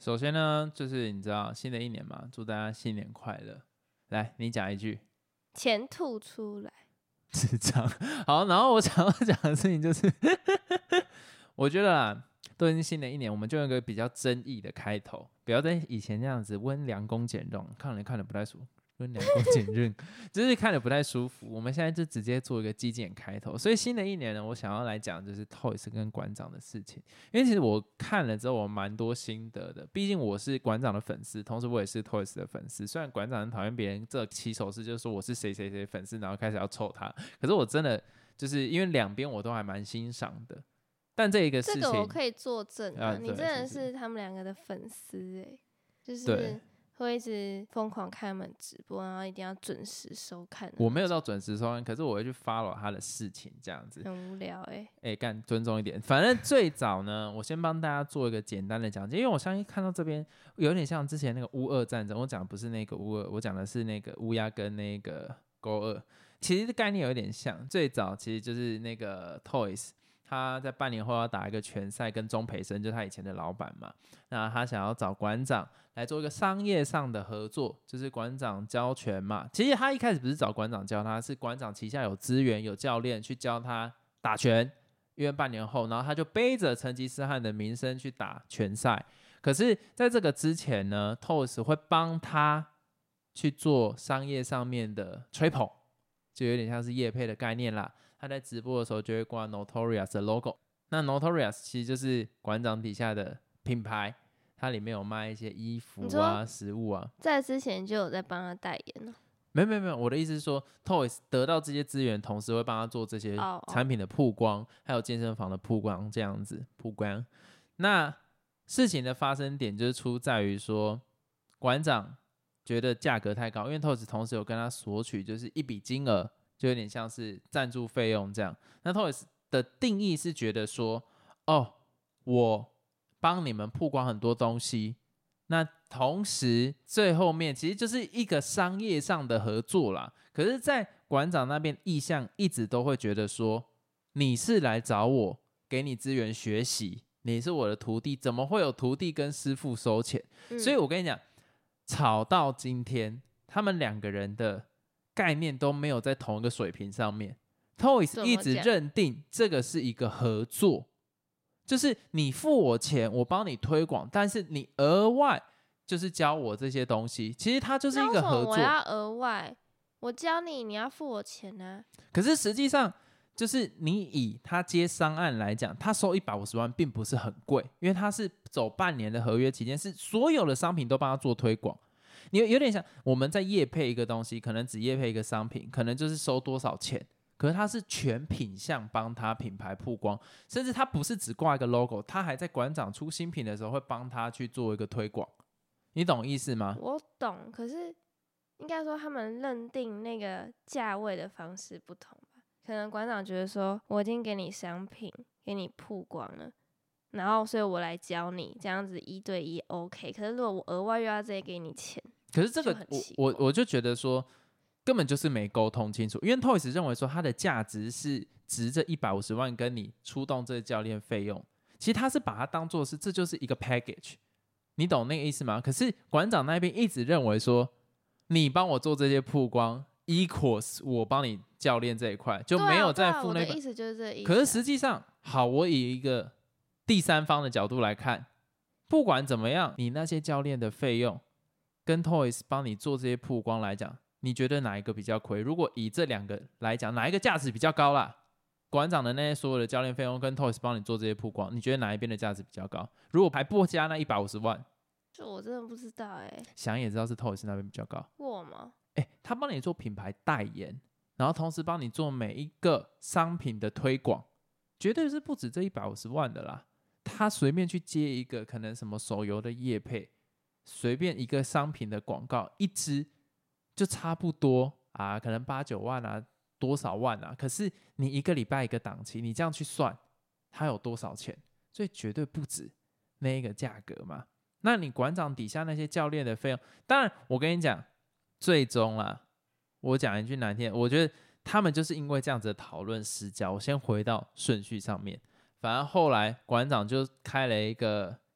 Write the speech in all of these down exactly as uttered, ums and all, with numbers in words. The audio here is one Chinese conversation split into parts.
首先呢，就是你知道新的一年嘛，祝大家新年快乐。来，你讲一句。 钱吐出来。 智障。好，然后我想要讲的事情就是，我觉得啦，都已经新的一年，我们就用一个比较争议的开头，不要在以前那样子温良恭俭让，看人看得不太舒服。温良恭俭让，就是看得不太舒服。我们现在就直接做一个激进开头，所以新的一年呢，我想要来讲就是 Toys 跟馆长的事情。因为其实我看了之后，我蛮多心得的。毕竟我是馆长的粉丝，同时我也是 Toys 的粉丝。虽然馆长很讨厌别人这起手式，就是说我是谁谁谁粉丝，然后开始要臭他，可是我真的就是因为两边我都还蛮欣赏的。但这一个事情， 这个我可以作证啊， 啊你真的是他们两个的粉丝哎、欸，就是对。 会一直疯狂看他们直播，然后一定要准时收看。 我没有到准时收看，可是我会去 follow 他的事情，这样子。 很无聊哎、欸。 哎、欸，干，尊重一点。反正最早呢，我先帮大家做一个简单的讲解，因为我相信看到这边有点像之前那个乌俄战争，我讲的不是那个乌俄，我讲的是那个乌鸦跟那个勾二，其实概念有点像。最早其实就是那个 Toys。他在半年后要打一个拳赛，跟钟培生就是他以前的老板嘛，那他想要找馆长来做一个商业上的合作，就是馆长教拳嘛。其实他一开始不是找馆长教他，是馆长旗下有资源有教练去教他打拳，因为半年后然后他就背着成吉思汗的名声去打拳赛。可是在这个之前呢， Toys 会帮他去做商业上面的吹捧，就有点像是业配的概念啦。他在直播的时候就会挂 Notorious 的 logo， 那 Notorious 其实就是馆长底下的品牌，它里面有卖一些衣服啊食物啊。 在之前就有在帮他代言了。 没有没有没有，我的意思是说 Toys 得到这些资源，同时会帮他做这些产品的曝光， oh, oh. 还有健身房的曝光，这样子曝光。那事情的发生点就是出在于说，馆长觉得价格太高，因为 Toys 同时有跟他索取就是一笔金额，就有点像是赞助费用这样。那 Toys 的定义是觉得说，哦，我帮你们曝光很多东西，那同时最后面其实就是一个商业上的合作啦。可是在馆长那边意向一直都会觉得说，你是来找我给你资源学习，你是我的徒弟，怎么会有徒弟跟师傅收钱、嗯、所以我跟你讲，吵到今天他们两个人的概念都没有在同一个水平上面。 Toys 一直认定这个是一个合作，就是你付我钱我帮你推广，但是你额外就是教我这些东西，其实它就是一个合作。 我要额外我教你，你要付我钱啊。 可是实际上就是你以他接商案来讲，他收一百五十万并不是很贵，因为他是走半年的合约期间，是所有的商品都帮他做推广。你有点像我们在业配一个东西，可能只业配一个商品，可能就是收多少钱，可是他是全品项帮他品牌曝光，甚至他不是只挂一个 logo， 他还在馆长出新品的时候会帮他去做一个推广。你懂意思吗？ 我懂，可是应该说他们认定那个价位的方式不同吧。可能馆长觉得说，我已经给你商品给你曝光了，然后所以我来教你，这样子一对一 OK。可是如果我额外又要再给你钱， 可是这个我我我就觉得说根本就是没沟通清楚。因为 Toys 认为说它的价值是值这一百五十万跟你出动这个教练费用，其实他是把它当作是这就是一个 package， 你懂那个意思吗？可是馆长那边一直认为说，你帮我做这些曝光 equals 我帮你教练这一块，就没有再付那个、 对啊对啊、我的意思就是这意思、啊、 可是实际上好，我以一个第三方的角度来看，不管怎么样，你那些教练的费用跟 Toys 帮你做这些曝光来讲，你觉得哪一个比较亏？如果以这两个来讲，哪一个价值比较高啦？馆长的那些所有的教练费用跟 Toys 帮你做这些曝光，你觉得哪一边的价值比较高？如果还不加那一百五十万， 这我真的不知道哎、欸。 想也知道是 Toys 那边比较高。 我吗？ 哎，他帮你做品牌代言，然后同时帮你做每一个商品的推广，绝对是不止这一百五十万的啦。他随便去接一个可能什么手游的业配，随便一个商品的广告，一支就差不多啊，可能八九万啊，多少万啊？可是你一个礼拜一个档期，你这样去算，它有多少钱？所以绝对不止那一个价格嘛。那你馆长底下那些教练的费用，当然我跟你讲，最终啊，我讲一句难听，我觉得他们就是因为这样子的讨论失焦。我先回到顺序上面，反而后来馆长就开了一个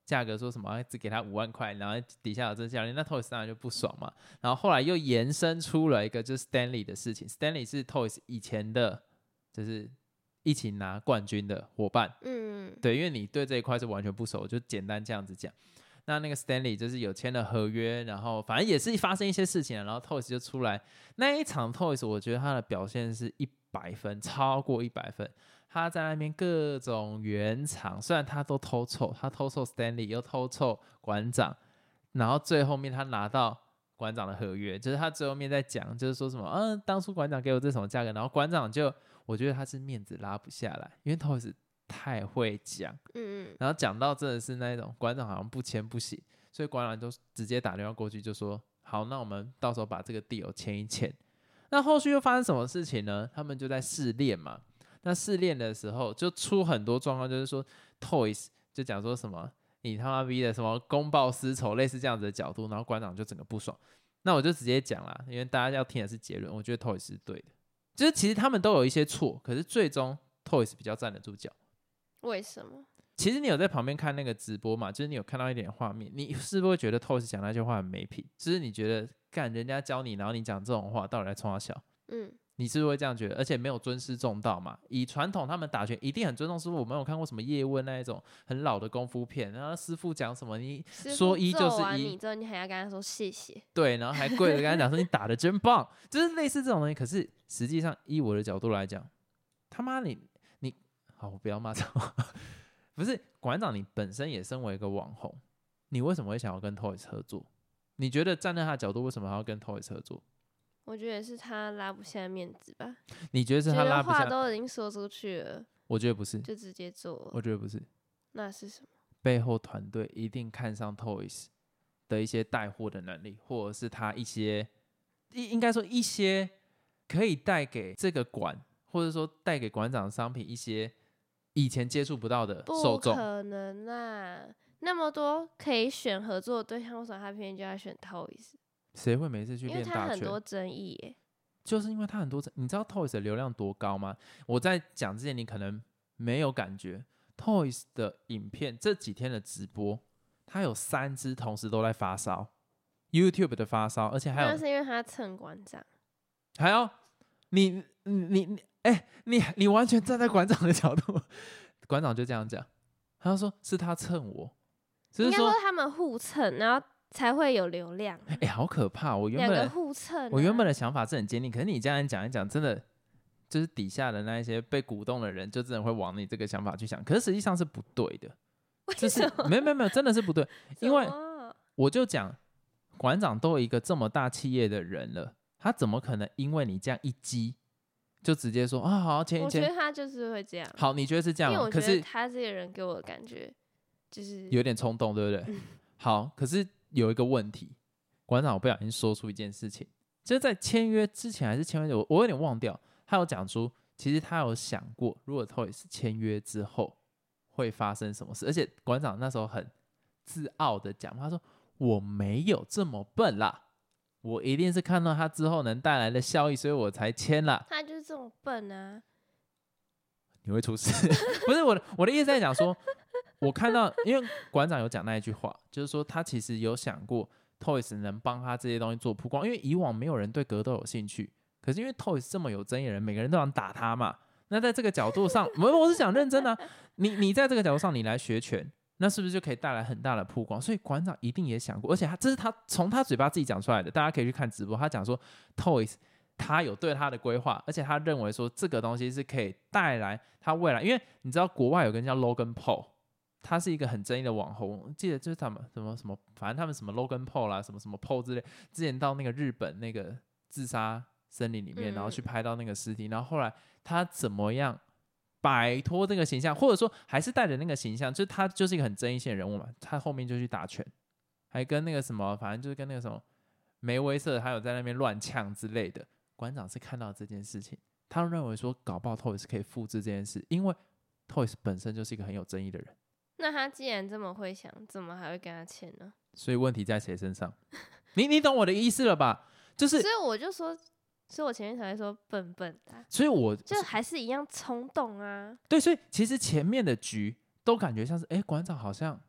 价格说什么只给他五万块，然后底下有这教练，那 Toys 当然就不爽嘛。然后后来又延伸出了一个就是 Stanley 的事情 ，Stanley 是 Toys 以前的，就是一起拿冠军的伙伴，嗯，对，因为你对这一块是完全不熟，就简单这样子讲。那那个 Stanley 就是有签了合约，然后反正也是发生一些事情，然后 Toys 就出来那一场 Toys， 我觉得他的表现是一百分，超过一百分。他在那边各种圆场，虽然他都偷臭，他偷臭 Stanley 又偷臭馆长，然后最后面他拿到馆长的合约，就是他最后面在讲，就是说什么，嗯、啊，当初馆长给我这什么价格，然后馆长就，我觉得他是面子拉不下来，因为 Toys 太会讲，嗯，然后讲到真的是那种馆长好像不签不行，所以馆长就直接打电话过去就说，好，那我们到时候把这个 deal 签一签。那后续又发生什么事情呢？他们就在试练嘛。那试练的时候就出很多状况，就是说 Toys 就讲说什么你他妈逼的什么公报私仇，类似这样子的角度，然后馆长就整个不爽。那我就直接讲啦，因为大家要听的是结论，我觉得 Toys 是对的，就是其实他们都有一些错，可是最终 Toys 比较站得住脚。 为什么？ 其实你有在旁边看那个直播嘛，就是你有看到一点画面，你是不是会觉得 Toys 讲那些话很没品？就是你觉得干人家教你，然后你讲这种话，到底在冲他笑？嗯，你是不是会这样觉得？而且没有尊师重道嘛。以传统他们打拳一定很尊重师傅，我们有看过什么叶问那一种很老的功夫片，然后师傅讲什么，你说一就是一， 师傅揍完你之后，你还要跟他说谢谢， 对，然后还跪着跟他讲说你打得真棒，就是类似这种东西。可是实际上，以我的角度来讲，他妈你你好，我不要骂脏话，不是馆长，你本身也身为一个网红，你为什么会想要跟 Toys 合作？你觉得站在他的角度，为什么还要跟 Toys 合作？ 我觉得是他拉不下面子吧。 你觉得是他拉不下？ 话都已经说出去了。 我觉得不是， 就直接做了。 我觉得不是。 那是什么？ 背后团队一定看上 Toys 的一些带货的能力，或者是他一些应该说一些可以带给这个馆，或者说带给馆长的商品一些以前接触不到的受众。 不可能啊！那么多可以选合作的对象，为什么他偏偏就要选 Toys？ 谁会每次去练大拳？因为他很多争议耶。 就是因为他很多争议，你知道 Toys 的流量多高吗？我在讲之前你可能没有感觉 ，Toys 的影片这几天的直播，他有三支同时都在发烧 ，YouTube 的发烧，而且还有。 那是因为他蹭馆长。 还有你你你哎、欸，你你完全站在馆长的角度，馆长就这样讲，他就说是他蹭我， 应该说他们互蹭，然后才会有流量。 哎、欸，好可怕！我原本两个互蹭、啊， 我原本的想法是很坚定，可是你这样讲一讲，真的就是底下的那一些被鼓动的人，就真的会往你这个想法去想，可是实际上是不对的。 为什么？ 没有没有没有，真的是不对，因为我就讲馆长都有一个这么大企业的人了，他怎么可能因为你这样一激，就直接说啊好签一签？ 我觉得他就是会这样。 好，你觉得是这样吗？ 因为我觉得他这个人给我的感觉就是有点冲动，对不对？嗯、好，可是有一个问题，馆长我不小心说出一件事情，就是在签约之前还是签约我我有点忘掉，他有讲出其实他有想过，如果 Toys 签约之后会发生什么事，而且馆长那时候很自傲的讲，他说我没有这么笨啦。我一定是看到他之后能带来的效益，所以我才签啦。 他就是这么笨啊！ 你会出事？不是我的，我的意思在讲说，我看到，因为馆长有讲那一句话，就是说他其实有想过 Toys 能帮他这些东西做曝光，因为以往没有人对格斗有兴趣，可是因为 Toys 这么有争议的人，每个人都想打他嘛。那在这个角度上，我我是想认真的、啊，你你在这个角度上，你来学拳。那是不是就可以带来很大的曝光？所以馆长一定也想过，而且他这是他从他嘴巴自己讲出来的，大家可以去看直播。他讲说 ，Toys 他有对他的规划，而且他认为说这个东西是可以带来他未来，因为你知道国外有个人叫 Logan Paul， 他是一个很争议的网红，记得就是他们什么什么，反正他们什么 Logan Paul 啦，什么什么 Paul 之类，之前到那个日本那个自杀森林里面，然后去拍到那个尸体，然后后来他怎么样？摆脱这个形象，或者说还是带着那个形象，就是他就是一个很争议性的人物嘛。他后面就去打拳，还跟那个什么，反正就是跟那个什么梅威瑟，还有在那边乱呛之类的。馆长是看到这件事情，他认为说搞不好 Toys 可以复制这件事，因为 Toys 本身就是一个很有争议的人。 那他既然这么会想，怎么还会跟他签呢？ 所以问题在谁身上？你你懂我的意思了吧？就是， 所以我就说。所以我前面才会说笨笨的、啊， 所以我就还是一样冲动啊。 对，所以其实前面的局都感觉像是，哎，馆长好像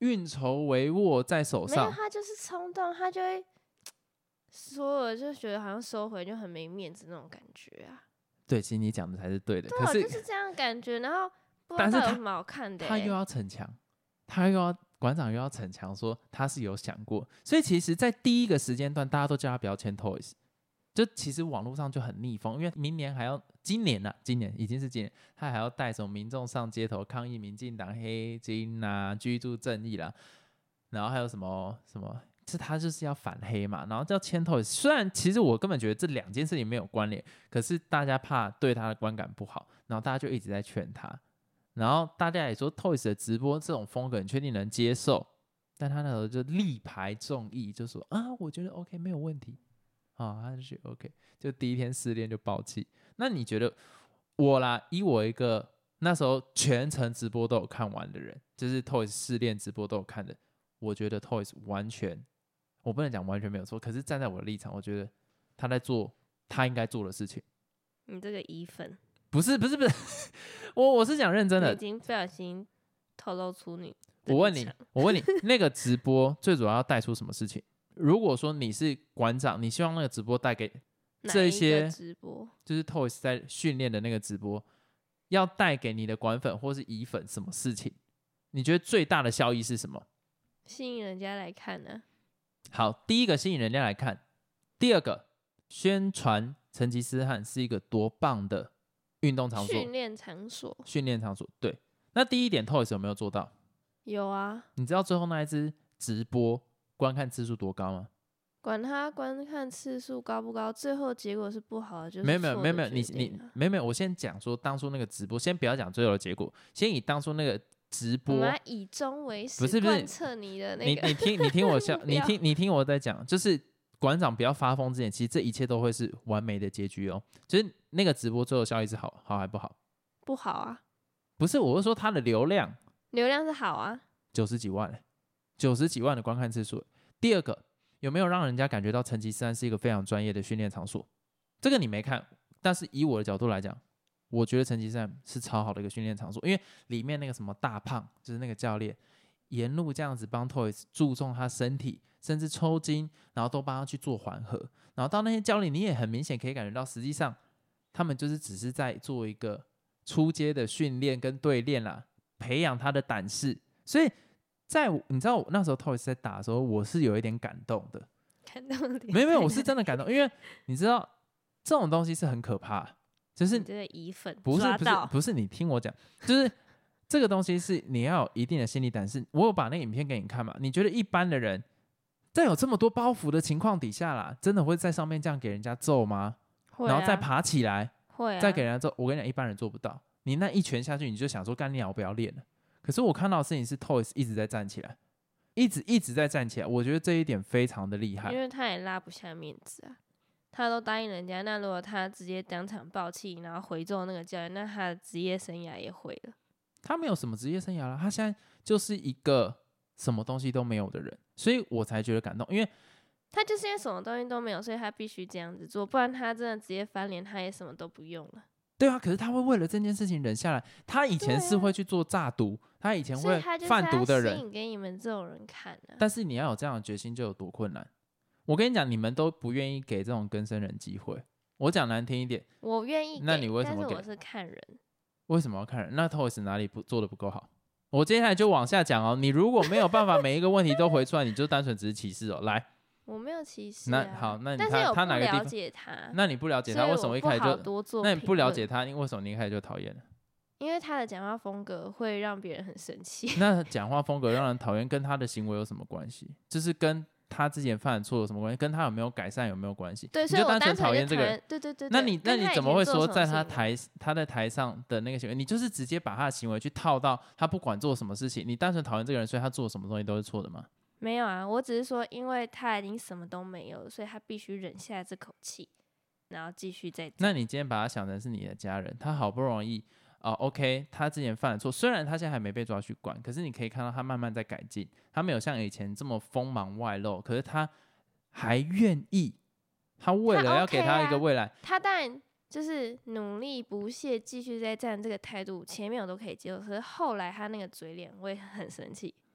运筹帷幄在手上。 没有，他就是冲动，他就会说了就觉得好像收回就很没面子那种感觉啊。 对，其实你讲的才是对的。 对可是就是这样的感觉，然后不知道有什么好看的、欸。 他又要逞强，他又要馆长又要逞强，说他是有想过。所以其实，在第一个时间段，大家都叫他不要签 Toys。就其实网络上就很逆风，因为明年还要今年啊，今年已经是今年，他还要带什么民众上街头抗议民进党黑金啊、居住正义啦，然后还有什么什么，是他就是要反黑嘛，然后叫签 Toys。虽然其实我根本觉得这两件事情没有关联，可是大家怕对他的观感不好，然后大家就一直在劝他，然后大家也说 Toys 的直播这种风格，你确定能接受？但他那时候就力排众议，就说啊，我觉得 OK 没有问题。啊，他就觉得 OK， 就第一天失恋就爆气。那你觉得我啦，以我一个那时候全程直播都有看完的人，就是 Toys 失恋直播都有看的，我觉得 Toys 完全，我不能讲完全没有错，可是站在我的立场，我觉得他在做他应该做的事情。 你这个乙粉， 不是不是不是，我我是讲认真的， 你已经不小心透露出你。 我问你，我问你，那个直播最主要要带出什么事情？如果说你是馆长，你希望那个直播带给这些直播， 就是 Toys 在训练的那个直播，要带给你的馆粉或是乙粉什么事情？你觉得最大的效益是什么？ 吸引人家来看呢、啊？ 好，第一个吸引人家来看，第二个宣传成吉思汗是一个多棒的运动场所、 训练场所、 训练场所。对，那第一点 Toys 有没有做到？ 有啊。 你知道最后那一支直播观看次数多高吗？ 管他观看次数高不高，最后结果是不好的，就是没有没有没有没有，你你没有没有，我先讲说当初那个直播，先不要讲最后的结果，先以当初那个直播， 我们以终为始， 不是不是贯彻你的那个，你你听你听我笑，你听你听我在讲，就是馆长不要发疯之前，其实这一切都会是完美的结局哦。就是那个直播最后效益是好好还不好？ 不好啊。 不是，我是说它的流量， 流量是好啊， 九十几万，九十几万的观看次数。第二个。有没有让人家感觉到成吉思汗是一个非常专业的训练场所？这个你没看，但是以我的角度来讲，我觉得成吉思汗是超好的一个训练场所，因为里面那个什么大胖，就是那个教练，沿路这样子帮 Toys 注重他身体，甚至抽筋，然后都帮他去做缓和。然后到那些教练，你也很明显可以感觉到，实际上他们就是只是在做一个初阶的训练跟对练啦，培养他的胆识，所以。在你知道我那时候 Toys 在打的时候，我是有一点感动的。 感动的点？ 没有没有，我是真的感动，因为你知道这种东西是很可怕，就是你这个乙粉不是不是不是，你听我讲，就是这个东西是你要有一定的心理胆识。我有把那个影片给你看嘛？你觉得一般的人在有这么多包袱的情况底下啦，真的会在上面这样给人家揍吗？ 会啊、 然后再爬起来， 会、啊、 再给人家揍？我跟你讲，一般人做不到。你那一拳下去，你就想说干你娘，我不要练了。可是我看到的事情是 Toys 一直在站起来，一直一直在站起来，我觉得这一点非常的厉害。 因为他也拉不下面子啊，他都答应人家，那如果他直接当场爆气，然后回揍那个教练，那他的职业生涯也毁了。 他没有什么职业生涯了，他现在就是一个什么东西都没有的人，所以我才觉得感动，因为他就是因为什么东西都没有，所以他必须这样子做，不然他真的直接翻脸，他也什么都不用了。 对啊，可是他会为了这件事情忍下来。他以前是会去做诈毒，啊、他以前会贩毒的人， 吸引给你们这种人看啊。 但是你要有这样的决心，就有多困难。我跟你讲，你们都不愿意给这种更生人机会。我讲难听一点， 我愿意给， 那你为什么给？ 但是我是看人。 为什么要看人？那 Toys 哪里不做的不够好？我接下来就往下讲哦。你如果没有办法每一个问题都回出来，你就单纯只是歧视哦。来。 我没有歧视、啊。 那好，那你但是我他哪个地方？ 了解他， 那你不了解他，为什么一开始就？那你不了解他，你为什么你一开始就讨厌了？ 因为他的讲话风格会让别人很生气。 那讲话风格让人讨厌，跟他的行为有什么关系？就是跟他之前犯的错有什么关系？跟他有没有改善有没有关系？ 对， 你就单纯讨厌这个人。 对对对。 那你那你怎么会说在他台他在台上的那个行为，你就是直接把他的行为去套到他不管做什么事情，你单纯讨厌这个人，所以他做什么东西都是错的吗？ 没有啊，我只是说，因为他已经什么都没有，所以他必须忍下这口气，然后继续再。 那你今天把他想成是你的家人，他好不容易啊、呃、，OK， 他之前犯了错，虽然他现在还没被抓去关，可是你可以看到他慢慢在改进，他没有像以前这么锋芒外露，可是他还愿意，他为了要给他一个未来， 他, OK 啊、他当然就是努力不懈，继续在站这个态度，前面我都可以接受，可是后来他那个嘴脸，我也很生气。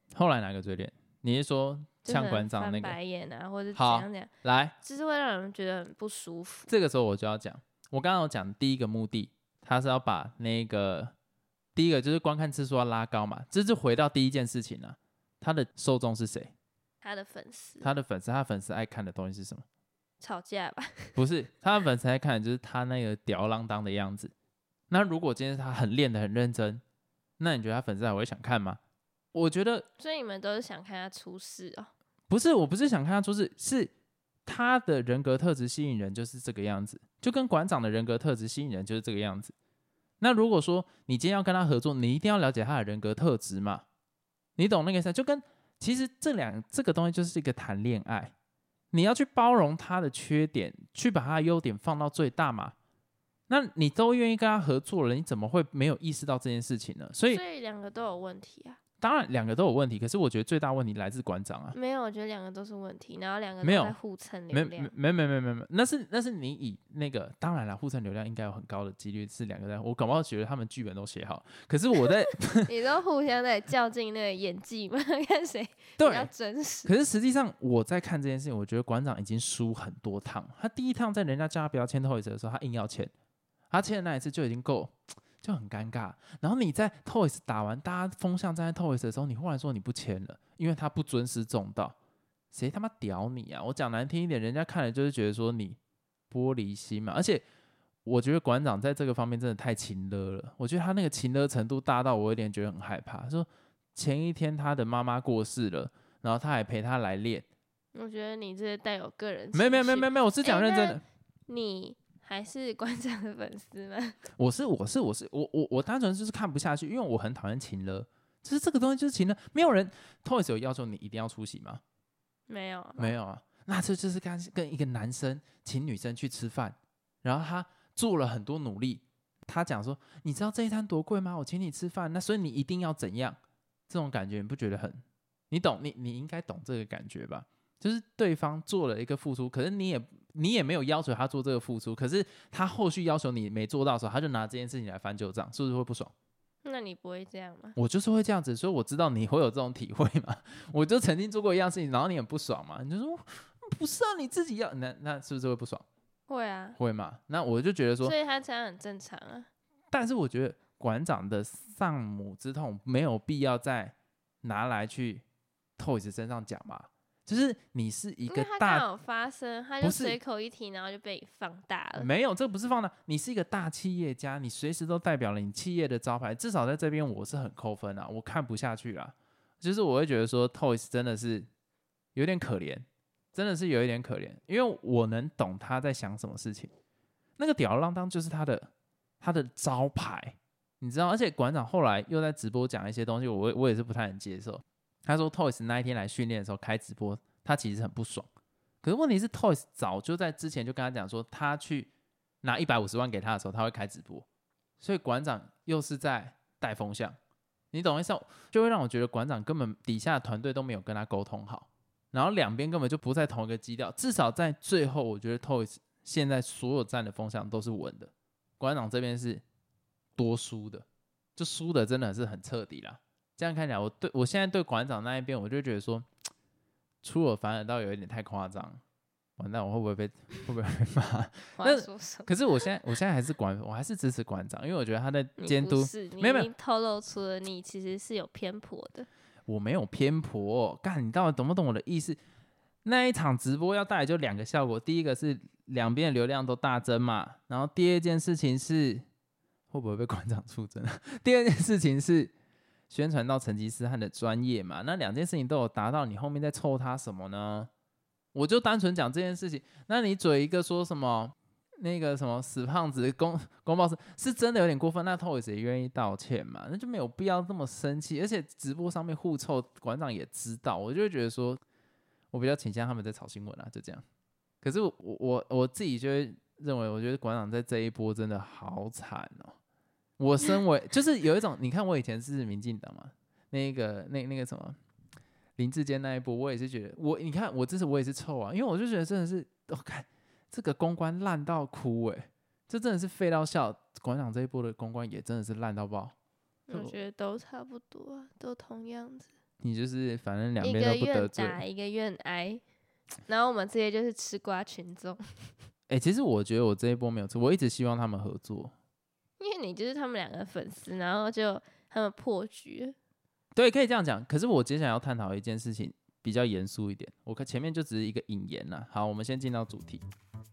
后来哪个最练？你是说像馆长那个翻白眼啊，或者怎样怎样？ 来， 就是会让人觉得很不舒服。 这个时候我就要讲，我刚刚有讲第一个目的，他是要把那个第一个就是观看次数要拉高嘛，这就回到第一件事情了。他的受众是谁？ 他的粉丝。 他的粉丝，他的粉丝爱看的东西是什么？ 吵架吧？ 不是，他的粉丝爱看的就是他那个吊儿郎当的样子。那如果今天他很练得很认真，那你觉得他粉丝还会想看吗？我觉得， 所以你们都是想看他出事哦？ 不是，我不是想看他出事，是他的人格特质吸引人就是这个样子，就跟馆长的人格特质吸引人就是这个样子。那如果说你今天要跟他合作，你一定要了解他的人格特质嘛，你懂那个意思？就跟其实这两这个东西就是一个谈恋爱，你要去包容他的缺点，去把他的优点放到最大嘛。那你都愿意跟他合作了，你怎么会没有意识到这件事情呢？所以， 所以两个都有问题啊。 当然两个都有问题，可是我觉得最大问题来自馆长啊。 没有，我觉得两个都是问题，然后两个都在互蹭流量。 没没没没没，那是那是你以那个，当然了，互蹭流量应该有很高的几率是两个在。我搞不好觉得他们剧本都写好，可是我在你都互相在较劲那个演技吗？看谁比较真实。 可是实际上我在看这件事情，我觉得馆长已经输很多趟。他第一趟在人家叫他不要签Toys的时候，他硬要签，他签的那一次就已经够。就很尴尬，然后你在 Toys 打完，大家风向站在 Toys 的时候，你忽然说你不签了，因为他不尊师重道，谁他妈屌你啊？我讲难听一点，人家看了就是觉得说你玻璃心嘛。而且我觉得馆长在这个方面真的太情勒了，我觉得他那个情勒程度大到我有点觉得很害怕。说前一天他的妈妈过世了，然后他还陪他来练。 我觉得你这带有个人情绪， 没有没有没有没有，我是讲认真的。欸、 你。还是馆长的粉丝吗？ 我是我是我是我我我单纯就是看不下去，因为我很讨厌情勒，就是这个东西就是情勒。没有人 Toys 有要求你一定要出席吗？ 没有， 没有啊。那这就是跟跟一个男生请女生去吃饭，然后他做了很多努力，他讲说，你知道这一餐多贵吗？我请你吃饭，那所以你一定要怎样？这种感觉你不觉得很？你懂你你应该懂这个感觉吧？就是对方做了一个付出，可是你也。你也没有要求他做这个付出，可是他后续要求你没做到的时候，他就拿这件事情来翻旧账，是不是会不爽？ 那你不会这样吗？ 我就是会这样子，所以我知道你会有这种体会嘛。我就曾经做过一样事情，然后你很不爽嘛，你就说不是啊，你自己要，那那是不是会不爽？ 会啊， 会嘛？那我就觉得说， 所以他这样很正常啊。 但是我觉得馆长的丧母之痛没有必要再拿来去 Toys 身上讲嘛。就是你是一个大，因为他刚好发生，他就随口一提，然后就被放大了。 没有，这不是放大，你是一个大企业家，你随时都代表了你企业的招牌，至少在这边我是很扣分啊，我看不下去啦。就是我会觉得说 Toys 真的是有点可怜，真的是有一点可怜，因为我能懂他在想什么事情。那个吊儿郎当就是他的他的招牌，你知道，而且馆长后来又在直播讲一些东西，我我也是不太能接受。他说 Toys 那一天来训练的时候开直播，他其实很不爽。可是问题是 Toys 早就在之前就跟他讲说，他去拿一百五十万给他的时候，他会开直播。所以馆长又是在带风向，你懂意思？就会让我觉得馆长根本底下的团队都没有跟他沟通好，然后两边根本就不在同一个基调。至少在最后，我觉得 Toys 现在所有站的风向都是稳的，馆长这边是多输的，就输的真的是很彻底啦。这样看起来，我对我现在对馆长那一边，我就觉得说，出尔反尔倒有一点太夸张。完蛋，我会不会被会不会被骂？但是可是我现在我现在还是馆，我还是支持馆长，因为我觉得他在监督。 没有没有，透露出了你其实是有偏颇的。 我没有偏颇，干你到底懂不懂我的意思？那一场直播要带来就两个效果，第一个是两边的流量都大增嘛，然后第二件事情是会不会被馆长出征？第二件事情是宣传到成吉思汗的专业嘛，那两件事情都有达到，你后面再凑他什么呢？我就单纯讲这件事情，那你嘴一个说什么那个什么死胖子公公报是是真的有点过分，那 Toys 也愿意道歉嘛，那就没有必要这么生气，而且直播上面互凑，馆长也知道，我就会觉得说，我比较倾向他们在炒新闻啊，就这样。可是我我我自己就会认为，我觉得馆长在这一波真的好惨哦。我身为就是有一种，你看我以前是民进党嘛，那个那那个什么。林志坚那一波，我也是觉得我，你看我这次我也是臭啊，因为我就觉得真的是，我、哦、看这个公关烂到哭哎、欸，这真的是废到笑。馆长这一波的公关也真的是烂到爆。 我觉得都差不多，都同样子。 你就是反正两边都不得罪， 一个愿打一个愿挨，然后我们这些就是吃瓜群众。 哎、欸，其实我觉得我这一波没有吃，我一直希望他们合作， 因为你就是他们两个粉丝，然后就他们破局了。 对，可以这样讲。可是我接下来要探讨一件事情比较严肃一点，我看前面就只是一个引言啦。好，我们先进到主题。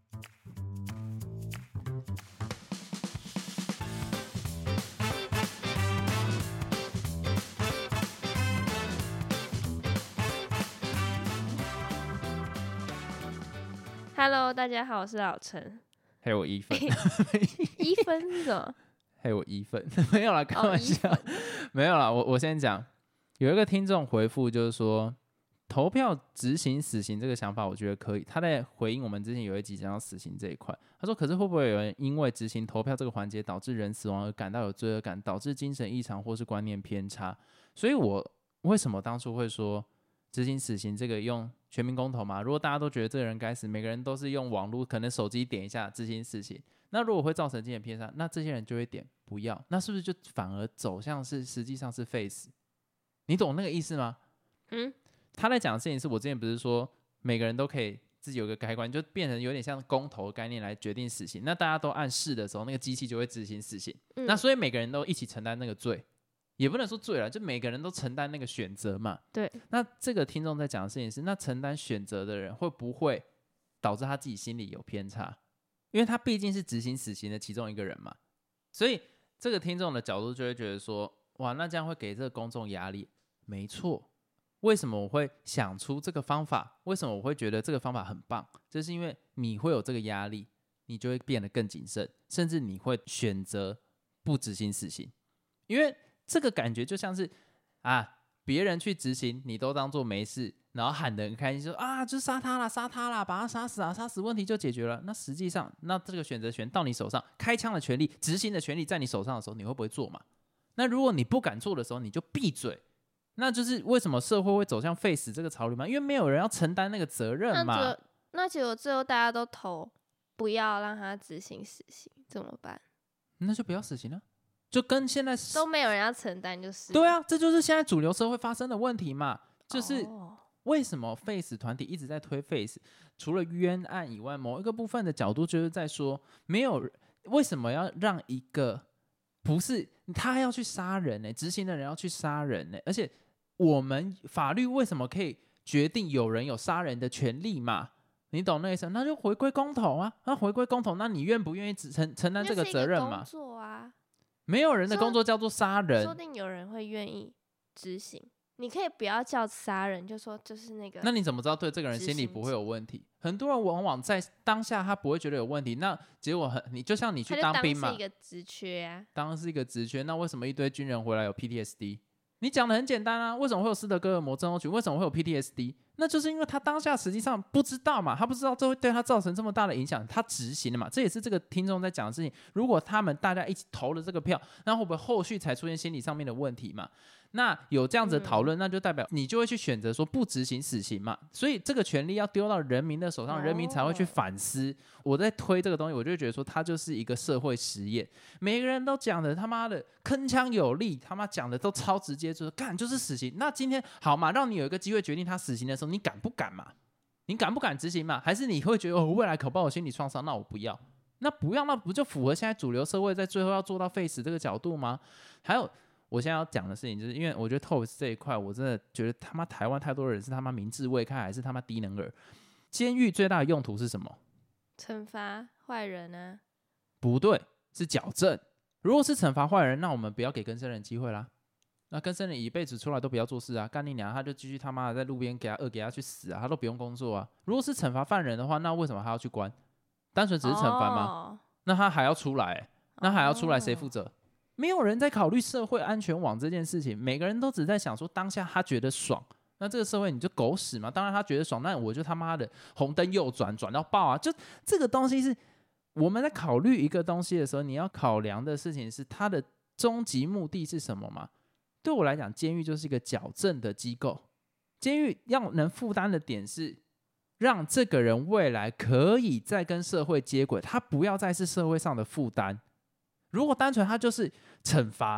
Hello， 大家好，我是老陈。 还有我一分， 一分是什么？ 还有我一分，没有啦，开玩笑，哦、没有啦。我我先讲，有一个听众回复就是说，投票执行死刑这个想法，我觉得可以。他在回应我们之前有一集讲到死刑这一块，他说，可是会不会有人因为执行投票这个环节导致人死亡而感到有罪恶感，导致精神异常或是观念偏差？所以我为什么当初会说执行死刑这个用全民公投嘛？如果大家都觉得这个人该死，每个人都是用网络，可能手机点一下执行死刑，那如果会造成精神偏差，那这些人就会点不要，那是不是就反而走向是实际上是废死？你懂那个意思吗？嗯，他在讲的事情是我之前不是说每个人都可以自己有个开关，就变成有点像公投的概念来决定死刑。那大家都按是的时候，那个机器就会执行死刑。嗯、那所以每个人都一起承担那个罪。也不能说罪了，就每个人都承担那个选择嘛。 对。 那这个听众在讲的事情是，那承担选择的人会不会导致他自己心里有偏差？因为他毕竟是执行死刑的其中一个人嘛。所以这个听众的角度就会觉得说，哇，那这样会给这个公众压力。没错。为什么我会想出这个方法？为什么我会觉得这个方法很棒？就是因为你会有这个压力，你就会变得更谨慎，甚至你会选择不执行死刑，因为这个感觉就像是啊，别人去执行，你都当作没事，然后喊得很开心，说啊，就杀他啦，杀他啦，把他杀死啊，杀死问题就解决了。那实际上，那这个选择权到你手上，开枪的权利、执行的权利在你手上的时候，你会不会做嘛？那如果你不敢做的时候，你就闭嘴。那就是为什么社会会走向废死这个潮流嘛？因为没有人要承担那个责任嘛。 那, 那结果最后大家都投不要让他执行死刑，怎么办？ 那就不要死刑了。就跟现在都没有人要承担，就是对啊，这就是现在主流社会发生的问题嘛。就是为什么废死团体一直在推废死？除了冤案以外，某一个部分的角度就是在说，没有为什么要让一个不是他要去杀人呢、欸？执行的人要去杀人呢、欸？而且我们法律为什么可以决定有人有杀人的权利嘛？你懂那意思？那就回归公投啊！那回归公投，那你愿不愿意承承担这个责任嘛？ 工作啊。 没有人的工作叫做杀人， 说不定有人会愿意执行。你可以不要叫杀人，就说就是那个。 那你怎么知道对这个人心里不会有问题？很多人往往在当下他不会觉得有问题，那结果很你就像你去当兵嘛， 他就当是一个职缺啊， 当是一个职缺，那为什么一堆军人回来有 P T S D？ 你讲的很简单啊，为什么会有斯德哥尔摩症候群？为什么会有 P T S D？ 那就是因为他当下实际上不知道嘛，他不知道这会对他造成这么大的影响，他执行了嘛。这也是这个听众在讲的事情。如果他们大家一起投了这个票，那会不会后续才出现心理上面的问题嘛？那有这样子的讨论，那就代表你就会去选择说不执行死刑嘛。所以这个权利要丢到人民的手上，人民才会去反思。我在推这个东西，我就觉得说它就是一个社会实验。每个人都讲的他妈的铿锵有力，他妈讲的都超直接，就是干就是死刑。那今天好嘛，让你有一个机会决定他死刑的时候，你敢不敢嘛？你敢不敢执行嘛？还是你会觉得哦，未来可报我心理创伤，那我不要，那不要，那不就符合现在主流社会在最后要做到废死这个角度吗？还有。我现在要讲的事情，就是因为我觉得 T O P S 这一块，我真的觉得他妈台湾太多人是他妈民智未开，还是他妈低能儿。监狱最大的用途是什么？ 惩罚坏人啊？ 不对，是矫正。如果是惩罚坏人，那我们不要给更生人机会啦。那更生人一辈子出来都不要做事啊，干你娘，他就继续他妈的在路边给他饿给他去死啊，他都不用工作啊。如果是惩罚犯人的话，那为什么还要去关？单纯只是惩罚吗？哦、那他还要出来、欸，那还要出来谁负责？没有人在考虑社会安全网这件事情，每个人都只在想说当下他觉得爽，那这个社会你就狗屎嘛？当然他觉得爽，那我就他妈的红灯右转转到爆啊！就这个东西是我们在考虑一个东西的时候，你要考量的事情是它的终极目的是什么嘛？对我来讲，监狱就是一个矫正的机构，监狱要能负担的点是让这个人未来可以再跟社会接轨，他不要再是社会上的负担。如果单纯他就是惩罚，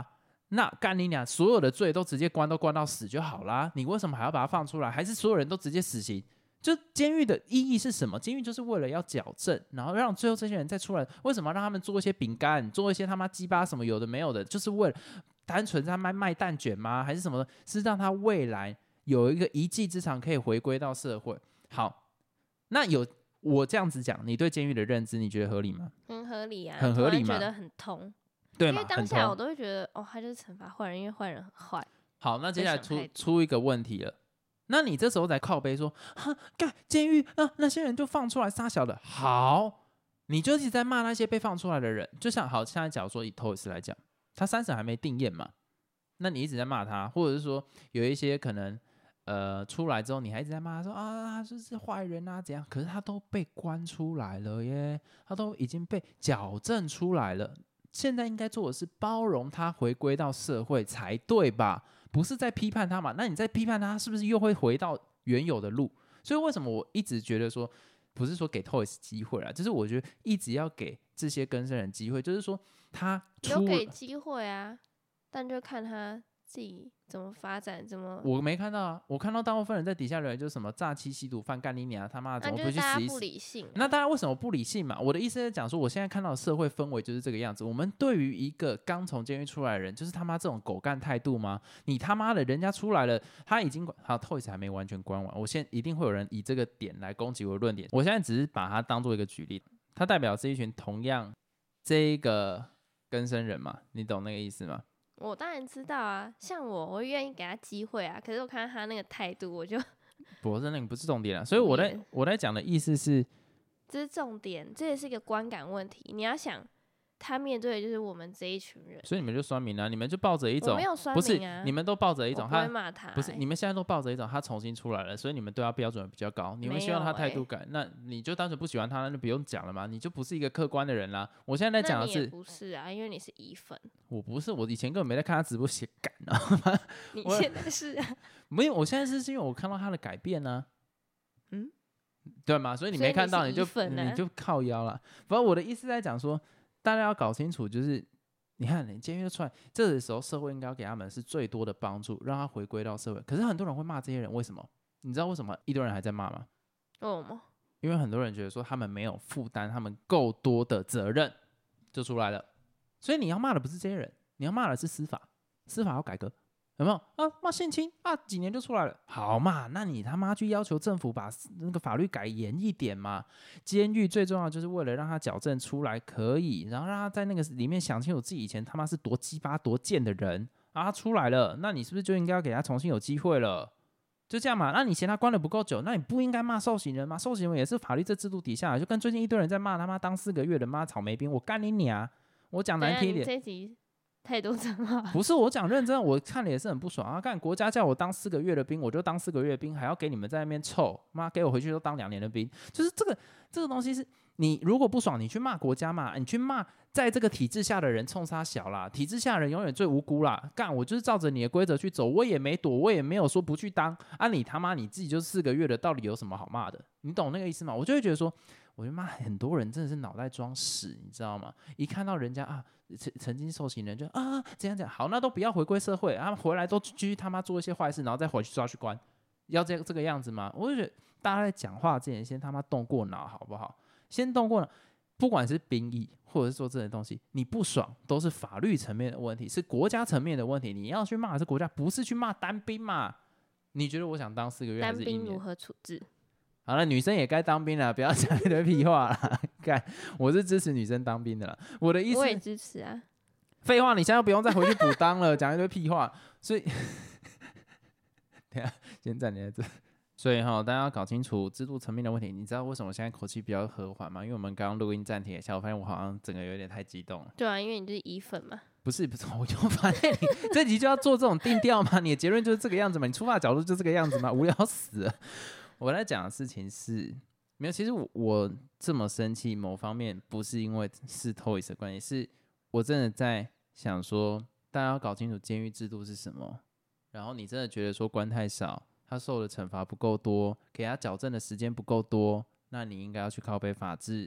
那干你俩所有的罪都直接关都关到死就好啦，你为什么还要把他放出来？还是所有人都直接死刑？就监狱的意义是什么？监狱就是为了要矫正，然后让最后这些人再出来。为什么让他们做一些饼干，做一些他妈鸡巴什么有的没有的？就是为了单纯在卖卖蛋卷吗？还是什么的？是让他未来有一个一技之长可以回归到社会。好，那有我这样子讲，你对监狱的认知，你觉得合理吗？ 很合理啊， 很合理吗？ 觉得很痛。 对， 因为当下我都会觉得，哦，他就是惩罚坏人，因为坏人很坏。 好，那接下来出出一个问题了，那你这时候才靠背说，哈，干监狱啊，那些人就放出来杀小的。好，你就一直在骂那些被放出来的人，就像好，现在假如说以 Toys 来讲，他三审还没定验嘛，那你一直在骂他，或者是说有一些可能呃出来之后，你还一直在骂他说啊，他就是坏人啊怎样？可是他都被关出来了耶，他都已经被矫正出来了。现在应该做的是包容他回归到社会才对吧？不是在批判他嘛？那你在批判他，是不是又会回到原有的路？所以为什么我一直觉得说，不是说给 Toys 机会啦，就是我觉得一直要给这些更生人机会，就是说他有给机会啊，但就看他自己怎么发展，怎么我没看到啊，我看到大部分人在底下留言就是什么诈欺吸毒犯干你娘，他妈的怎么不去死一死？ 那就是大家不理性啊。 那大家为什么不理性嘛？我的意思是讲说，我现在看到的社会氛围就是这个样子。我们对于一个刚从监狱出来的人，就是他妈这种狗干态度吗？你他妈的，人家出来了，他已经好 Toys 还没完全关完，我现在一定会有人以这个点来攻击我的论点。我现在只是把它当做一个举例，它代表是一群同样这一个更生人嘛，你懂那个意思吗？ 我当然知道啊，像我，我愿意给他机会啊。可是我看到他那个态度，我就不是那个不是重点啊。所以我在我在讲的意思是， 这是重点，这也是一个观感问题。你要想，他面对的就是我们这一群人， 所以你们就酸民啊，你们就抱着一种， 我没有酸民啊，不是你们都抱着一种，他我不会骂他、欸， 不是你们现在都抱着一种，他重新出来了，所以你们对他标准比较高，你们希望他态度改，欸、那你就单纯不喜欢他，那就不用讲了嘛，你就不是一个客观的人啦。我现在在讲的是， 那你也不是啊，因为你是乙粉， 我不是，我以前根本没在看他直播写感啊， 你现在是啊， 没有，我现在是因为我看到他的改变呢、啊，嗯，对吗？所以你没看到，你就你就靠腰了。不过我的意思在讲说，大家要搞清楚，就是你看，你监狱出来，这个时候社会应该要给他们是最多的帮助，让他回归到社会。可是很多人会骂这些人，为什么？你知道为什么一堆人还在骂吗？ 为什么？ 因为很多人觉得说他们没有负担他们够多的责任，就出来了。所以你要骂的不是这些人，你要骂的是司法，司法要改革。有没有啊？骂性侵啊，几年就出来了，好嘛？那你他妈去要求政府把那个法律改严一点嘛？监狱最重要就是为了让他矫正出来，可以，然后让他在那个里面想清楚自己以前他妈是多鸡巴多贱的人啊，他出来了，那你是不是就应该要给他重新有机会了？就这样嘛？那你嫌他关的不够久，那你不应该骂受刑人吗？受刑人也是法律这制度底下，就跟最近一堆人在骂他妈当四个月的妈草莓兵，我干你娘！我讲难听一点。 太多脏话， 不是我讲认真，我看了也是很不爽啊！干国家叫我当四个月的兵，我就当四个月的兵，还要给你们在那边臭，妈给我回去都当两年的兵，就是这个这个东西是你如果不爽，你去骂国家嘛，你去骂在这个体制下的人冲杀小啦，体制下的人永远最无辜啦。干我就是照着你的规则去走，我也没躲，我也没有说不去当啊！你他妈你自己就四个月的，到底有什么好骂的？你懂那个意思吗？我就会觉得说，我就骂很多人真的是脑袋装屎，你知道吗？一看到人家啊。曾曾经受刑人就啊怎样怎样好，那都不要回归社会，他们回来都继续他妈做一些坏事，然后再回去抓去关，要这这个样子吗？我就觉得大家在讲话之前先他妈动过脑好不好？先动过脑，不管是兵役或者是说这些东西，你不爽都是法律层面的问题，是国家层面的问题，你要去骂的是国家，不是去骂单兵嘛？你觉得我想当四个月还是一年？ 单兵如何处置？ 好了，女生也该当兵了，不要讲一堆屁话啦。干，我是支持女生当兵的啦。我的意思， 我也支持啊。 废话，你现在不用再回去补当了，讲一堆屁话。所以，等一下先暂停在这。所以哈，大家要搞清楚制度层面的问题。你知道为什么现在口气比较和缓吗？因为我们刚刚录音暂停一下，我发现我好像整个有点太激动了。 对啊，因为你就是乙粉嘛。 不是不是，我就发现你这集就要做这种定调吗？你的结论就是这个样子吗？你出发的角度就这个样子吗？无聊死了。我在讲的事情是，没有，其实 我, 我这么生气，某方面不是因为是 Toys 的关系，是我真的在想说，大家要搞清楚监狱制度是什么。然后你真的觉得说关太少，他受的惩罚不够多，给他矫正的时间不够多，那你应该要去靠背法治。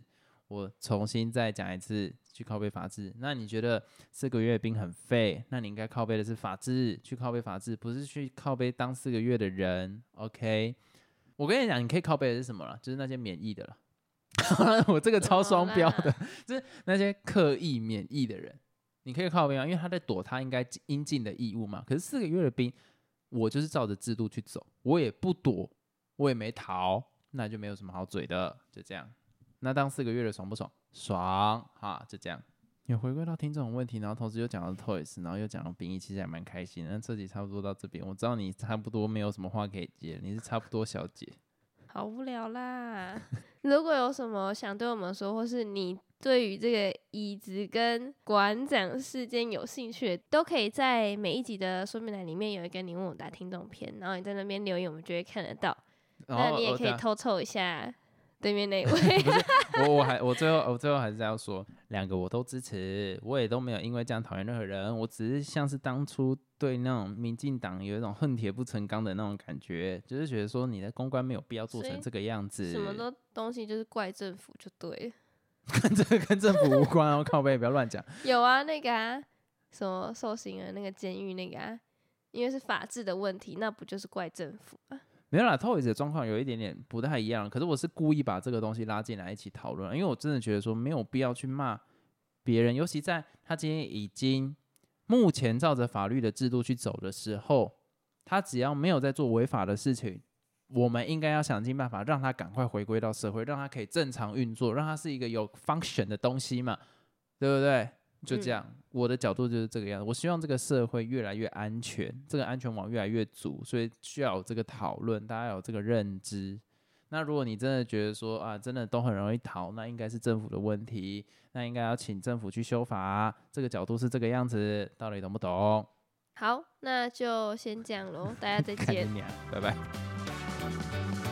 我重新再讲一次，去靠背法治。那你觉得四个月兵很废，那你应该靠背的是法治，去靠背法治，不是去靠背当四个月的人。OK， 我跟你讲，你可以靠背的是什么了？就是那些免疫的了。我这个超双标的，就是那些刻意免疫的人，你可以靠背啊，因为他在躲他应该应尽的义务嘛。可是四个月的兵，我就是照着制度去走，我也不躲，我也没逃，那就没有什么好嘴的，就这样。那当四个月的爽不爽？爽哈，就这样。也回归到听众的问题，然后同时又讲到 Toys， 然后又讲到兵役，其实还蛮开心的。那这集差不多到这边，我知道你差不多没有什么话可以接，你是差不多小姐。 好无聊啦！如果有什么想对我们说，或是你对于这个椅子跟馆长事件有兴趣的，都可以在每一集的说明栏里面有一个你问我答听众篇，然后你在那边留言，我们就会看得到。那你也可以偷凑一下对面那位。 我我还我最后我最后还是要说，两个我都支持，我也都没有因为这样讨厌任何人，我只是像是当初对那种民进党有一种恨铁不成钢的那种感觉，就是觉得说你的公关没有必要做成这个样子， 什么都东西就是怪政府就对了， 跟这个跟政府无关哦，靠北不要乱讲。 有啊，那个啊，什么受刑人那个监狱那个啊，因为是法治的问题，那不就是怪政府啊？ 没有啦 ，Toys 的状况有一点点不太一样，可是我是故意把这个东西拉进来一起讨论，因为我真的觉得说没有必要去骂别人，尤其在他今天已经目前照着法律的制度去走的时候，他只要没有在做违法的事情，我们应该要想尽办法让他赶快回归到社会，让他可以正常运作，让他是一个有 function 的东西嘛，对不对？就这样、嗯，我的角度就是这个样子。我希望这个社会越来越安全，这个安全网越来越足，所以需要有这个讨论，大家有这个认知。那如果你真的觉得说啊，真的都很容易逃，那应该是政府的问题，那应该要请政府去修法。这个角度是这个样子，到底懂不懂？ 好，那就先这样咯，大家再见， 拜拜。